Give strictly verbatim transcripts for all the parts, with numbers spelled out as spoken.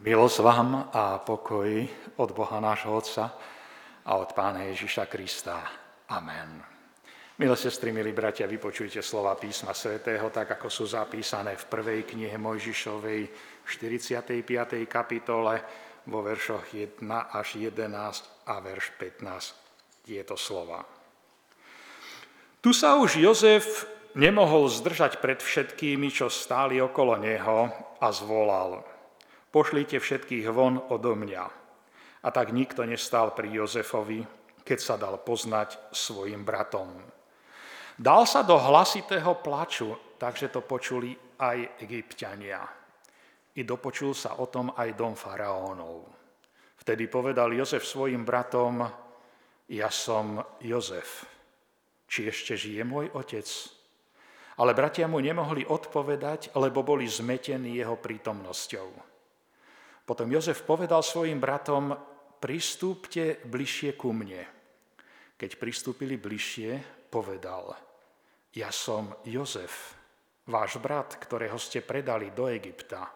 Milosť vám a pokoj od Boha nášho Otca a od Pána Ježiša Krista. Amen. Milé sestry, milí bratia, vypočujte slova písma svätého, tak ako sú zapísané v prvej knihe Mojžišovej v štyridsiatej piatej kapitole vo veršoch jeden až jedenásť a verš pätnásť. Tieto slova. Tu sa už Jozef nemohol zdržať pred všetkými, čo stáli okolo neho, a zvolal: Pošlite všetkých von odo mňa. A tak nikto nestal pri Jozefovi, keď sa dal poznať svojim bratom. Dal sa do hlasitého plaču, takže to počuli aj Egypťania. I dopočul sa o tom aj dom faraónov. Vtedy povedal Jozef svojim bratom: Ja som Jozef. Či ešte žije môj otec? Ale bratia mu nemohli odpovedať, lebo boli zmetení jeho prítomnosťou. Potom Jozef povedal svojim bratom: Pristúpte bližšie ku mne. Keď pristúpili bližšie, povedal: Ja som Jozef, váš brat, ktorého ste predali do Egypta.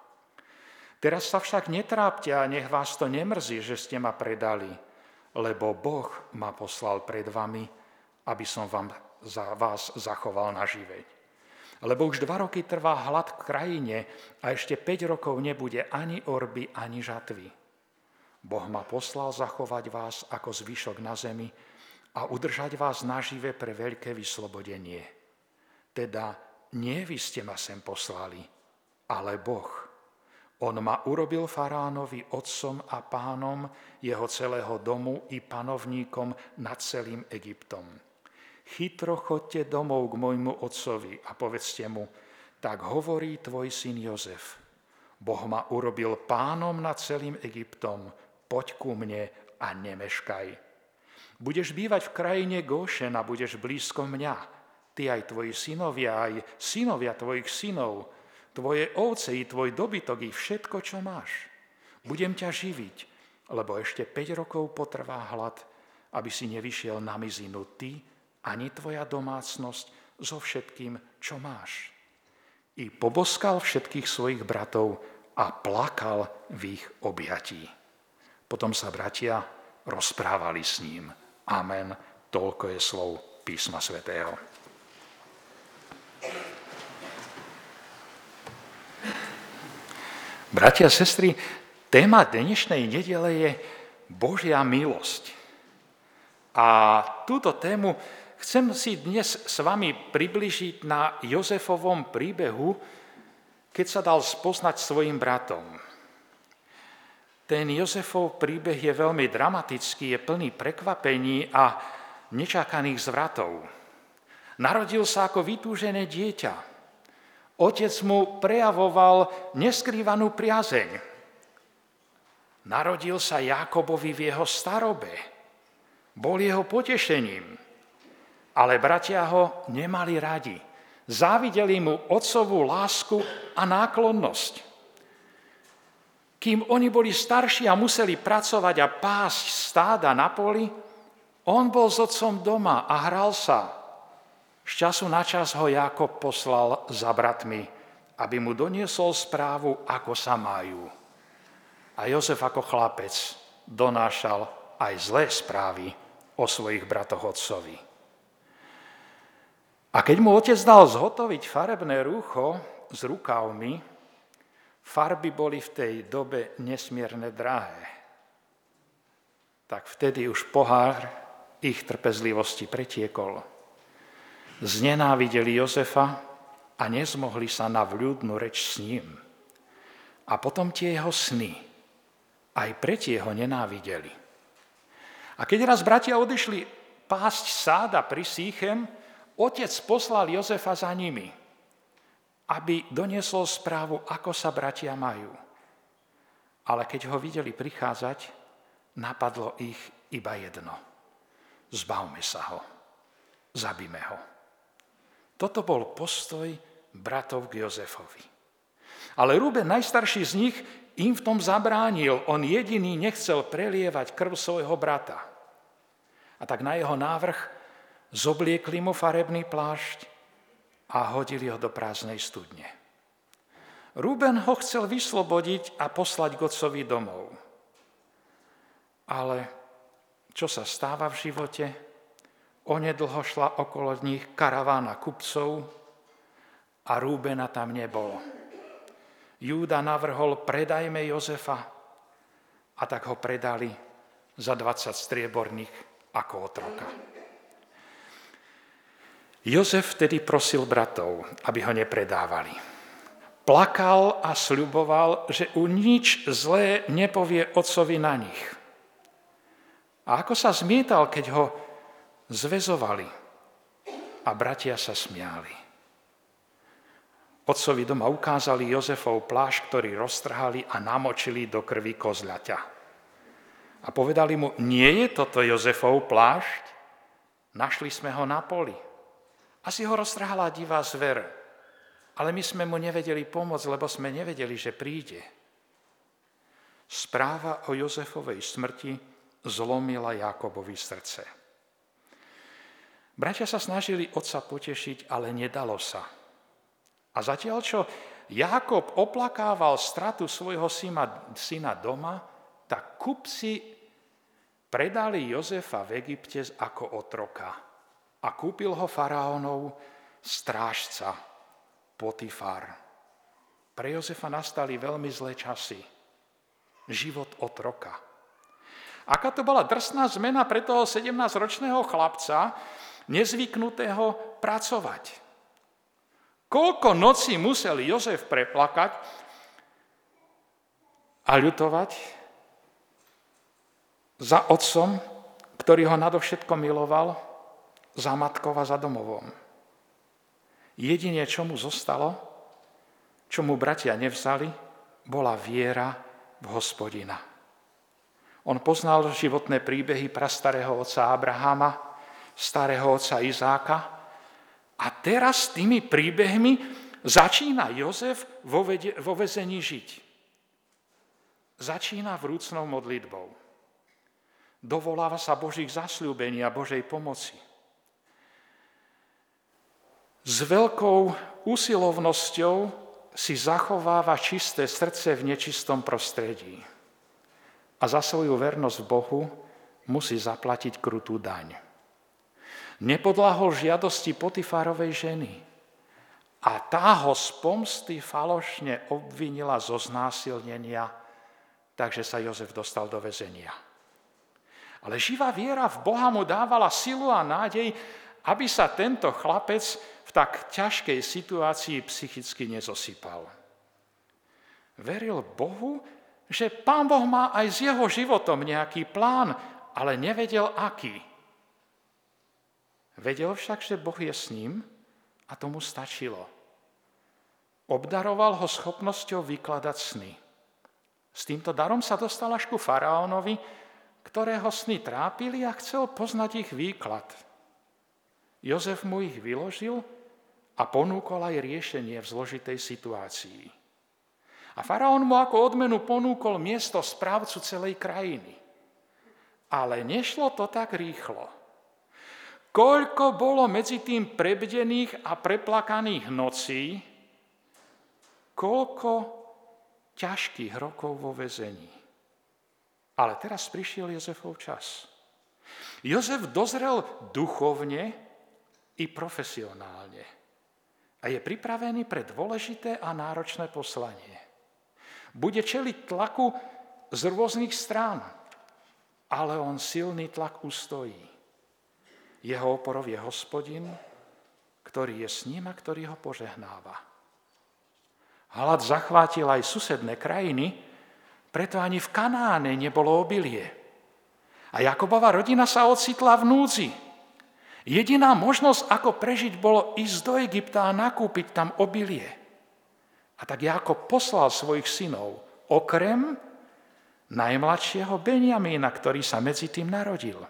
Teraz sa však netrápte a nech vás to nemrzí, že ste ma predali, lebo Boh ma poslal pred vami, aby som vám za vás zachoval naživeň. Lebo už dva roky trvá hlad v krajine a ešte päť rokov nebude ani orby, ani žatvy. Boh ma poslal zachovať vás ako zvyšok na zemi a udržať vás nažive pre veľké vyslobodenie. Teda nie vy ste ma sem poslali, ale Boh. On ma urobil faraónovi otcom a pánom jeho celého domu i panovníkom nad celým Egyptom. Chytro chodte domov k môjmu otcovi a povedzte mu: Tak hovorí tvoj syn Jozef. Boh ma urobil pánom nad celým Egyptom. Poď ku mne a nemeškaj. Budeš bývať v krajine Góšen a budeš blízko mňa. Ty aj tvoji synovia, aj synovia tvojich synov, tvoje ovce i tvoj dobytok i všetko, čo máš. Budem ťa živiť, lebo ešte päť rokov potrvá hlad, aby si nevyšiel na mizinu ty, ani tvoja domácnosť so všetkým, čo máš. I poboskal všetkých svojich bratov a plakal v ich objatí. Potom sa bratia rozprávali s ním. Amen. Toľko je slov písma svätého. Bratia a sestry, téma dnešnej nedele je Božia milosť. A túto tému chcem si dnes s vami približiť na Jozefovom príbehu, keď sa dal spoznať svojim bratom. Ten Jozefov príbeh je veľmi dramatický, je plný prekvapení a nečakaných zvratov. Narodil sa ako vytúžené dieťa. Otec mu prejavoval neskrývanú priazeň. Narodil sa Jákobovi v jeho starobe. Bol jeho potešením. Ale bratia ho nemali radi. Závideli mu otcovú lásku a náklonnosť. Kým oni boli starší a museli pracovať a pásť stáda na poli, on bol s otcom doma a hral sa. Z času na čas ho Jákob poslal za bratmi, aby mu doniesol správu, ako sa majú. A Jozef ako chlapec donášal aj zlé správy o svojich bratoch otcovi. A keď mu otec dal zhotoviť farebné rúcho s rukavmi, farby boli v tej dobe nesmierne drahé. Tak vtedy už pohár ich trpezlivosti pretiekol. Znenávideli Jozefa a nezmohli sa na vľúdnu reč s ním. A potom tie jeho sny, aj pretie ho nenávideli. A keď raz bratia odišli pásť sáda pri Sýchem, otec poslal Jozefa za nimi, aby doniesol správu, ako sa bratia majú. Ale keď ho videli prichádzať, napadlo ich iba jedno. Zbavme sa ho, zabíme ho. Toto bol postoj bratov k Jozefovi. Ale Ruben, najstarší z nich, im v tom zabránil. On jediný nechcel prelievať krv svojho brata. A tak na jeho návrh zobliekli mu farebný plášť a hodili ho do prázdnej studne. Ruben ho chcel vyslobodiť a poslať k otcovi domov. Ale čo sa stáva v živote? Onedlho šla okolo nich karavána kupcov a Rúbena tam nebolo. Júda navrhol, predajme Jozefa, a tak ho predali za dvadsať strieborných ako otroka. Jozef vtedy prosil bratov, aby ho nepredávali. Plakal a sľuboval, že u nič zlé nepovie otcovi na nich. A ako sa zmietal, keď ho zväzovali a bratia sa smiali. Otcovi doma ukázali Jozefov plášť, ktorý roztrhali a namočili do krvi kozľaťa. A povedali mu, nie je toto Jozefov plášť? Našli sme ho na poli. Asi ho roztrhala divá zver, ale my sme mu nevedeli pomôcť, lebo sme nevedeli, že príde. Správa o Jozefovej smrti zlomila Jákobovi srdce. Bratia sa snažili otca potešiť, ale nedalo sa. A zatiaľ, čo Jákob oplakával stratu svojho syna, syna doma, tak kupci predali Jozefa v Egypte ako otroka a kúpil ho faraónov strážca Potifar. Pre Jozefa nastali veľmi zlé časy. Život otroka. Aká to bola drsná zmena pre toho sedemnásťročného chlapca, nezvyknutého pracovať. Koľko nocí musel Jozef preplakať a ľutovať za otcom, ktorý ho nadovšetko miloval, za matkou a za domovom. Jedine, čo mu zostalo, čo mu bratia nevzali, bola viera v Hospodina. On poznal životné príbehy prastarého otca Abraháma, starého otca Izáka a teraz s tými príbehmi začína Jozef vo, vede, vo väzení žiť. Začína vrúcnou modlitbou. Dovoláva sa Božích zasľúbení a Božej pomoci. S veľkou usilovnosťou si zachováva čisté srdce v nečistom prostredí. A za svoju vernosť Bohu musí zaplatiť krutú daň. Nepodľahol žiadosti Potifárovej ženy a tá ho z pomsty falošne obvinila zo znásilnenia, takže sa Jozef dostal do väzenia. Ale živá viera v Boha mu dávala silu a nádej, aby sa tento chlapec v tak ťažkej situácii psychicky nezosypal. Veril Bohu, že Pán Boh má aj s jeho životom nejaký plán, ale nevedel aký. Vedel však, že Boh je s ním a tomu stačilo. Obdaroval ho schopnosťou vykladať sny. S týmto darom sa dostal až ku faraónovi, ktorého sny trápili a chcel poznať ich výklad. Jozef mu ich vyložil a ponúkol aj riešenie v zložitej situácii. A faraón mu ako odmenu ponúkol miesto správcu celej krajiny. Ale nešlo to tak rýchlo. Koľko bolo medzi tým prebdených a preplakaných nocí, koľko ťažkých rokov vo väzení. Ale teraz prišiel Jozefov čas. Jozef dozrel duchovne i profesionálne a je pripravený pre dôležité a náročné poslanie. Bude čeliť tlaku z rôznych strán, ale on silný tlak ustojí. Jeho oporou je Hospodin, ktorý je s ním a ktorý ho požehnáva. Hlad zachvátil aj susedné krajiny, preto ani v Kanáne nebolo obilie. A Jakobova rodina sa ocitla v núdzi. Jediná možnosť, ako prežiť, bolo ísť do Egypta a nakúpiť tam obilie. A tak Jákob poslal svojich synov, okrem najmladšieho Benjamína, ktorý sa medzi tým narodil.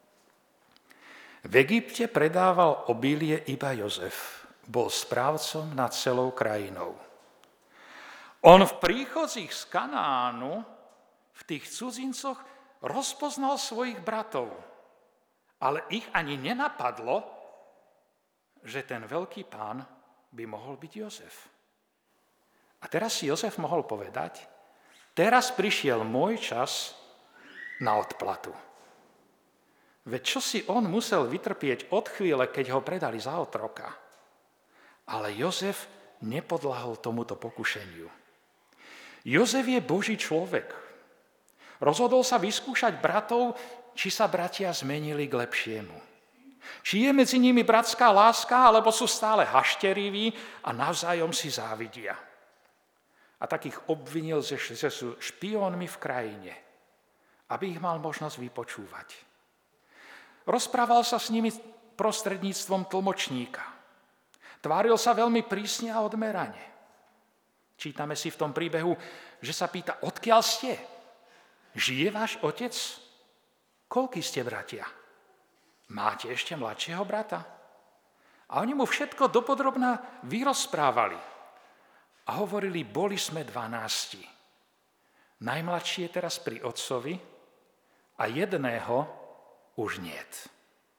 V Egypte predával obilie iba Jozef. Bol správcom nad celou krajinou. On v príchodzích z Kanánu, v tých cudzincoch, rozpoznal svojich bratov. Ale ich ani nenapadlo, že ten veľký pán by mohol byť Jozef. A A teraz si Jozef mohol povedať, teraz prišiel môj čas na odplatu. Veď čo si on musel vytrpieť od chvíle, keď ho predali za otroka. Ale Jozef nepodľahol tomuto pokušeniu. Jozef je Boží človek. Rozhodol sa vyskúšať bratov, či sa bratia zmenili k lepšiemu. Či je medzi nimi bratská láska, alebo sú stále hašteriví a navzájom si závidia. A tak ich obvinil, že sú špiónmi v krajine, aby ich mal možnosť vypočúvať. Rozprával sa s nimi prostredníctvom tlmočníka. Tváril sa veľmi prísne a odmerane. Čítame si v tom príbehu, že sa pýta, odkiaľ ste? Žije váš otec? Koľkí ste bratia? Máte ešte mladšieho brata? A oni mu všetko dopodrobná vyrozprávali. A hovorili, boli sme dvanásti. Najmladší je teraz pri otcovi a jedného už niet.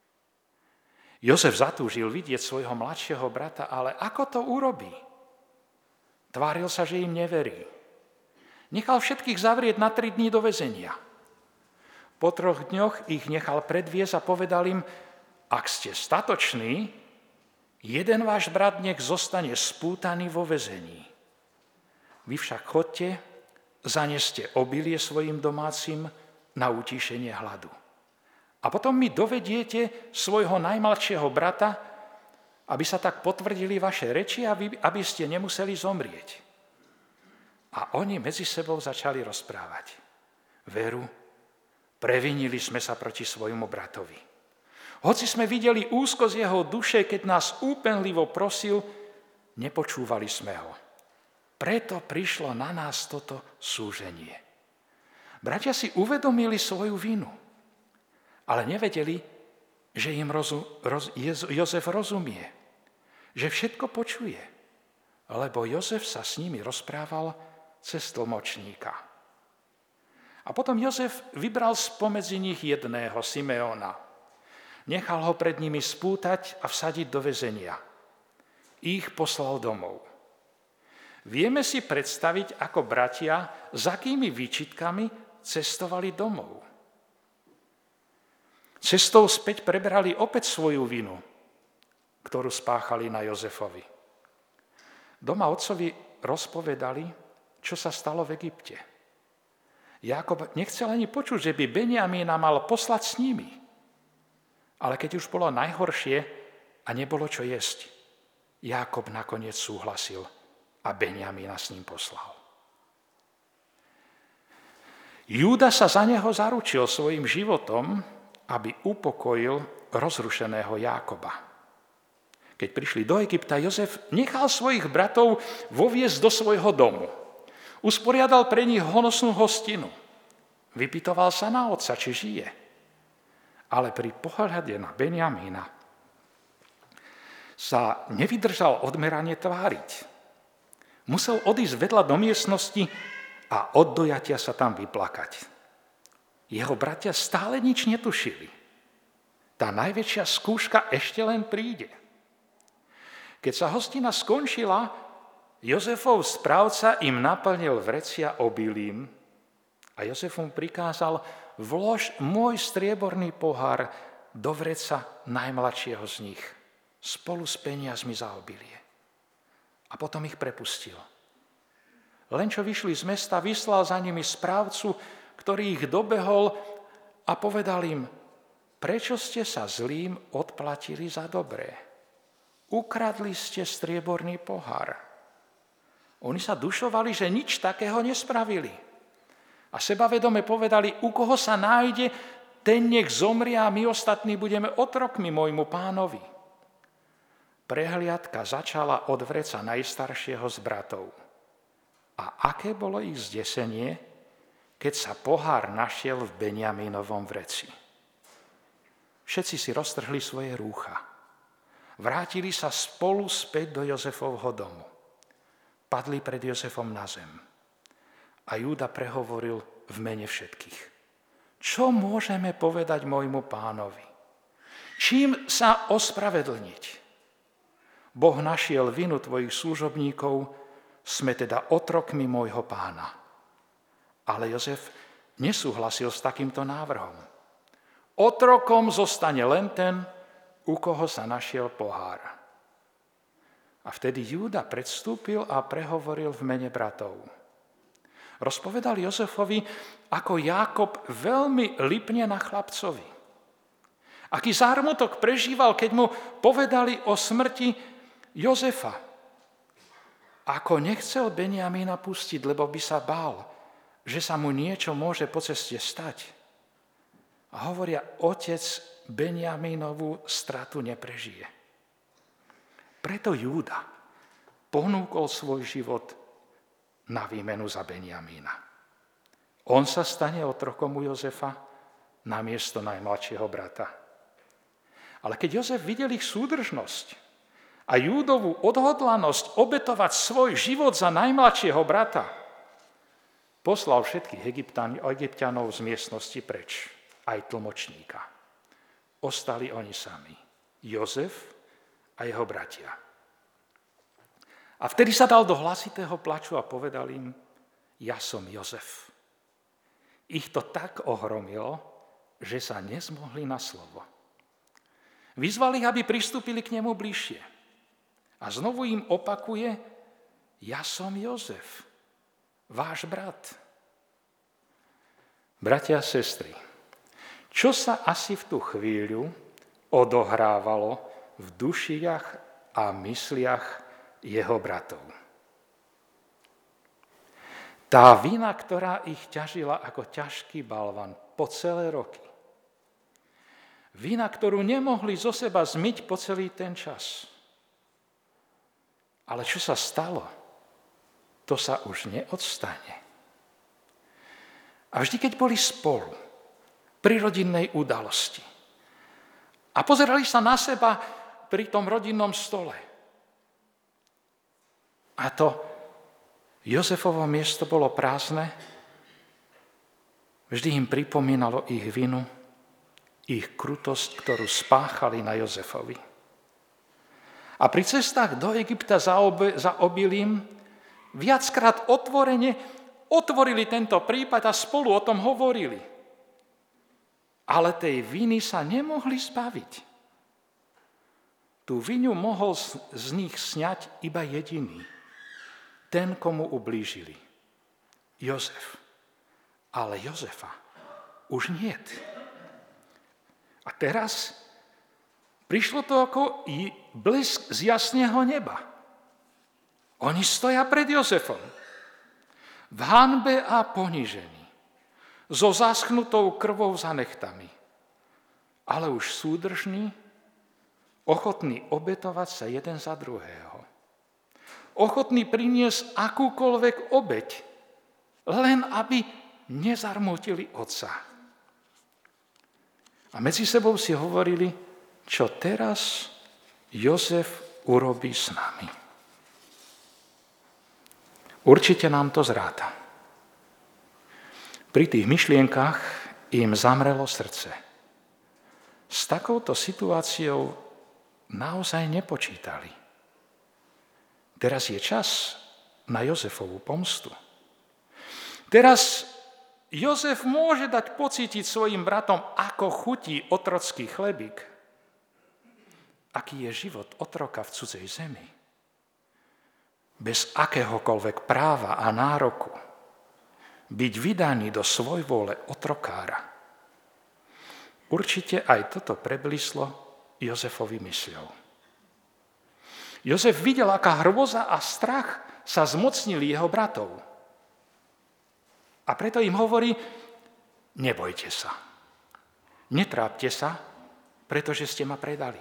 Jozef zatúžil vidieť svojho mladšieho brata, ale ako to urobí? Tváril sa, že im neverí. Nechal všetkých zavrieť na tri dní do väzenia. Po troch dňoch ich nechal predviesť a povedal im, ak ste statoční, jeden váš brat nech zostane spútaný vo väzení. Vy však chodte, zaneste obilie svojim domácim na utíšenie hladu. A potom mi dovediete svojho najmladšieho brata, aby sa tak potvrdili vaše reči, aby, aby ste nemuseli zomrieť. A oni medzi sebou začali rozprávať. Veru, previnili sme sa proti svojmu bratovi. Hoci sme videli úzkosť jeho duše, keď nás úpenlivo prosil, nepočúvali sme ho. Preto prišlo na nás toto súženie. Bratia si uvedomili svoju vinu, ale nevedeli, že im rozu, roz, Jozef rozumie, že všetko počuje, lebo Jozef sa s nimi rozprával cez tlmočníka. A potom Jozef vybral spomedzi nich jedného, Simeona. Nechal ho pred nimi spútať a vsadiť do väzenia. Ich poslal domov. Vieme si predstaviť, ako bratia s akými výčitkami cestovali domov. Cestou späť prebrali opäť svoju vinu, ktorú spáchali na Jozefovi. Doma otcovi rozpovedali, čo sa stalo v Egypte. Jákob nechcel ani počuť, že by Benjamína mal poslať s nimi. Ale keď už bolo najhoršie a nebolo čo jesť, Jákob nakoniec súhlasil a Benjamína s ním poslal. Júda sa za neho zaručil svojim životom, aby upokojil rozrušeného Jákoba. Keď prišli do Egypta, Jozef nechal svojich bratov voviesť do svojho domu. Usporiadal pre nich honosnú hostinu. Vypytoval sa na otca, či žije. Ale pri pohľade na Benjamína sa nevydržal odmerane tváriť. Musel odísť vedľa do miestnosti a od dojatia sa tam vyplakať. Jeho bratia stále nič netušili. Tá najväčšia skúška ešte len príde. Keď sa hostina skončila, Jozefov správca im naplnil vrecia obilím a Jozef mu prikázal, vlož môj strieborný pohár do vreca najmladšieho z nich, spolu s peniazmi za obilie. A potom ich prepustil. Len čo vyšli z mesta, vyslal za nimi správcu, ktorý ich dobehol a povedal im, prečo ste sa zlým odplatili za dobré? Ukradli ste strieborný pohár. Oni sa dušovali, že nič takého nespravili. A sebavedome povedali, u koho sa nájde, ten nech zomrie a my ostatní budeme otrokmi môjmu pánovi. Prehliadka začala od vreca najstaršieho z bratov. A aké bolo ich zdesenie, keď sa pohár našiel v Benjamínovom vreci. Všetci si roztrhli svoje rúcha. Vrátili sa spolu späť do Jozefovho domu. Padli pred Jozefom na zem. A Júda prehovoril v mene všetkých. Čo môžeme povedať môjmu pánovi? Čím sa ospravedlniť? Boh našiel vinu tvojich služobníkov, Sme teda otrokmi môjho pána. Ale Jozef nesúhlasil s takýmto návrhom. Otrokom zostane len ten, u koho sa našiel pohár. A vtedy Júda predstúpil a prehovoril v mene bratov. Rozpovedal Jozefovi, ako Jákob veľmi lipne na chlapcovi. Aký zármutok prežíval, keď mu povedali o smrti Jozefa. Ako nechcel Benjamína pustiť, lebo by sa bál, že sa mu niečo môže po ceste stať. A hovoria, otec Benjamínovú stratu neprežije. Preto Júda ponúkol svoj život na výmenu za Benjamína. On sa stane otrokom u Jozefa namiesto najmladšieho brata. Ale keď Jozef videl ich súdržnosť a Júdovú odhodlanosť obetovať svoj život za najmladšieho brata, poslal všetkých Egypťanov z miestnosti preč, aj tlmočníka. Ostali oni sami, Jozef a jeho bratia. A vtedy sa dal do hlasitého plaču a povedal im, ja som Jozef. Ich to tak ohromilo, že sa nezmohli na slovo. Vyzval ich, aby pristúpili k nemu bližšie. A znovu im opakuje, ja som Jozef, váš brat. Bratia a sestry, čo sa asi v tú chvíľu odohrávalo v dušiach a mysliach jeho bratov? Tá vina, ktorá ich ťažila ako ťažký balvan po celé roky. Vina, ktorú nemohli zo seba zmyť po celý ten čas. Ale čo sa stalo, to sa už neodstane. A vždy, keď boli spolu pri rodinnej udalosti a pozerali sa na seba pri tom rodinnom stole, a to Jozefovo miesto bolo prázdne, vždy im pripomínalo ich vinu, ich krutosť, ktorú spáchali na Jozefovi. A pri cestách do Egypta za, ob- za obilím viackrát otvorene otvorili tento prípad a spolu o tom hovorili. Ale tej viny sa nemohli zbaviť. Tú vinu mohol z, z nich sňať iba jediný. Ten, komu ublížili. Jozef. Ale Jozefa už niet. A teraz prišlo to ako i blesk z jasného neba. Oni stoja pred Jozefom. V hanbe a ponížení. So zaschnutou krvou za nechtami. Ale už súdržní, ochotní obetovať sa jeden za druhého. Ochotní priniesť akúkoľvek obeť, len aby nezarmútili otca. A medzi sebou si hovorili, čo teraz Jozef urobí s nami. Určite nám to zráta. Pri tých myšlienkach im zamrelo srdce. S takouto situáciou naozaj nepočítali. Teraz je čas na Jozefovú pomstu. Teraz Jozef môže dať pocítiť svojim bratom, ako chutí otrocký chlebík. Aký je život otroka v cudzej zemi. Bez akéhokoľvek práva a nároku. Byť vydaný do svojvôle otrokára. Určite aj toto preblislo Jozefovi mysľou. Jozef videl, aká hrôza a strach sa zmocnili jeho bratov. A preto im hovorí, nebojte sa, netrápte sa, pretože ste ma predali.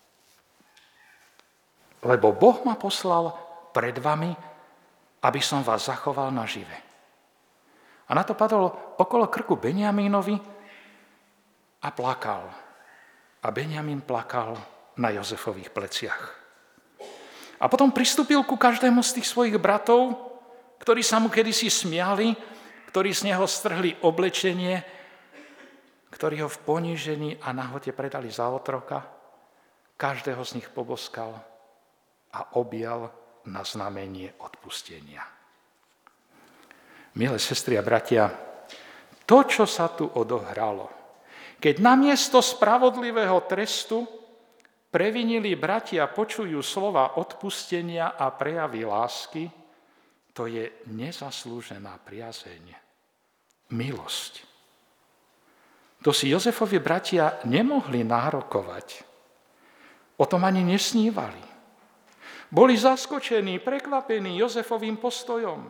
Lebo Boh ma poslal pred vami, aby som vás zachoval nažive. A na to padol okolo krku Benjamínovi a plakal. A Benjamín plakal na Jozefových pleciach. A potom pristúpil ku každému z tých svojich bratov, ktorí sa mu kedysi smiali, ktorí z neho strhli oblečenie, ktorí ho v ponížení a nahote predali za otroka. Každého z nich poboskal a objal na znamenie odpustenia. Milé sestry a bratia, to, čo sa tu odohralo, keď namiesto spravodlivého trestu previnili bratia počujú slova odpustenia a prejavy lásky, to je nezaslúžená priazeň, milosť. To si Jozefovi bratia nemohli nárokovať. O tom ani nesnívali. Boli zaskočení, prekvapení Jozefovým postojom.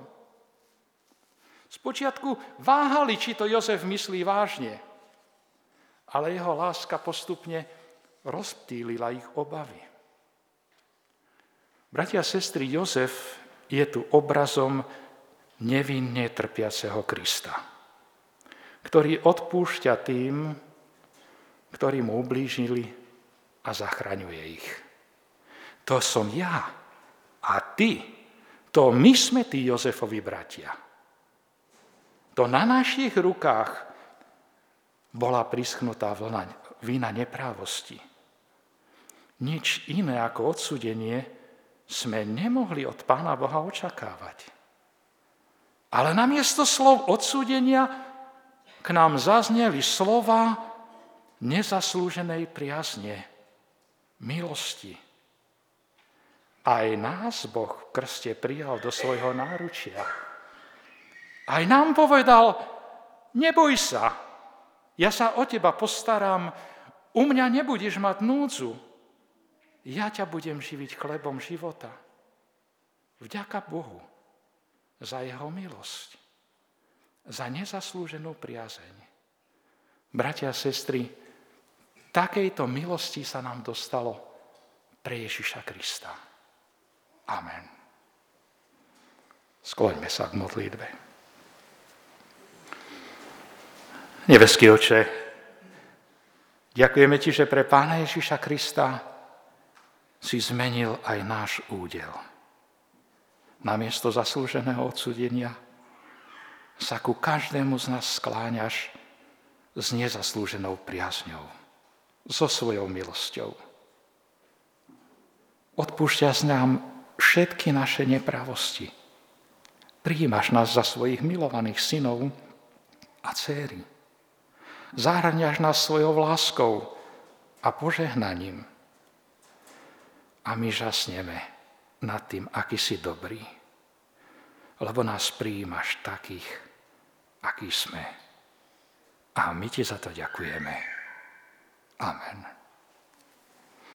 Spočiatku váhali, či to Jozef myslí vážne, ale jeho láska postupne rozptýlila ich obavy. Bratia a sestry, Jozef je tu obrazom nevinne trpiaceho Krista, ktorý odpúšťa tým, ktorí mu ublížili a zachraňuje ich. To som ja a ty, to my sme tí Jozefovi bratia. To na našich rukách bola prischnutá vlna, vina neprávosti. Nič iné ako odsúdenie sme nemohli od Pána Boha očakávať. Ale namiesto slov odsúdenia k nám zazneli slova nezaslúženej priazne, milosti. Aj nás Boh v krste prijal do svojho náručia. Aj nám povedal, neboj sa, ja sa o teba postaram, u mňa nebudeš mať núdzu. Ja ťa budem živiť chlebom života. Vďaka Bohu za jeho milosť, za nezaslúženú priazeň. Bratia a sestry, takejto milosti sa nám dostalo pre Ježiša Krista. Amen. Skloňme sa k modlitbe. Nebeský Oče, ďakujeme Ti, že pre Pána Ježiša Krista si zmenil aj náš údel. Namiesto zaslúženého odsúdenia sa ku každému z nás skláňaš s nezaslúženou priazňou, so svojou milosťou. Odpúšťaš nám všetky naše nepravosti. Prijímaš nás za svojich milovaných synov a dcéry. Zahŕňaš nás svojou láskou a požehnaním. A my žasneme nad tým, aký si dobrý, lebo nás prijímaš takých, akí sme. A my Ti za to ďakujeme. Amen.